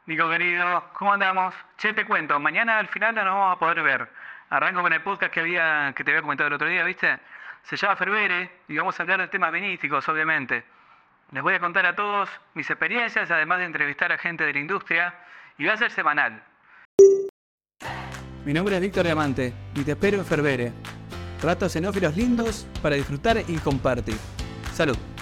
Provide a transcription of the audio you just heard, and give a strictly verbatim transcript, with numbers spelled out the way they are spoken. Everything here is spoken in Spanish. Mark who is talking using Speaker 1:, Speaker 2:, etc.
Speaker 1: Nico querido, ¿cómo andamos? Che, te cuento, mañana al final no nos vamos a poder ver. Arranco con el podcast que había, que te había comentado el otro día, ¿viste? Se llama Ferbere y vamos a hablar de temas beníficos, obviamente. Les voy a contar a todos mis experiencias, además de entrevistar a gente de la industria, y va a ser semanal. Mi nombre es Víctor Diamante y te espero en Ferbere. Ratos xenófilos lindos para disfrutar y compartir. Salud.